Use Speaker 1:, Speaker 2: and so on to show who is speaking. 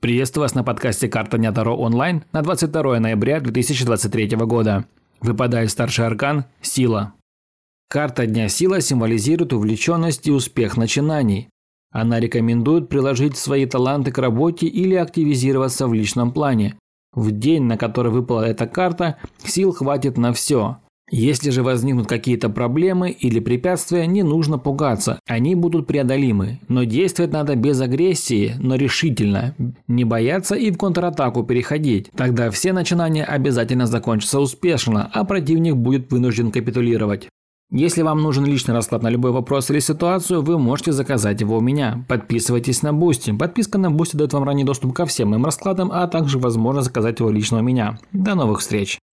Speaker 1: Приветствую вас на подкасте «Карта Дня Таро онлайн» на 22 ноября 2023 года. Выпадает старший аркан – Сила. Карта Дня Сила символизирует увлеченность и успех начинаний. Она рекомендует приложить свои таланты к работе или активизироваться в личном плане. В день, на который выпала эта карта, сил хватит на все. Если же возникнут какие-то проблемы или препятствия, не нужно пугаться, они будут преодолимы. Но действовать надо без агрессии, но решительно. Не бояться и в контратаку переходить. Тогда все начинания обязательно закончатся успешно, а противник будет вынужден капитулировать. Если вам нужен личный расклад на любой вопрос или ситуацию, вы можете заказать его у меня. Подписывайтесь на Boosty. Подписка на Boosty дает вам ранний доступ ко всем моим раскладам, а также возможность заказать его лично у меня. До новых встреч!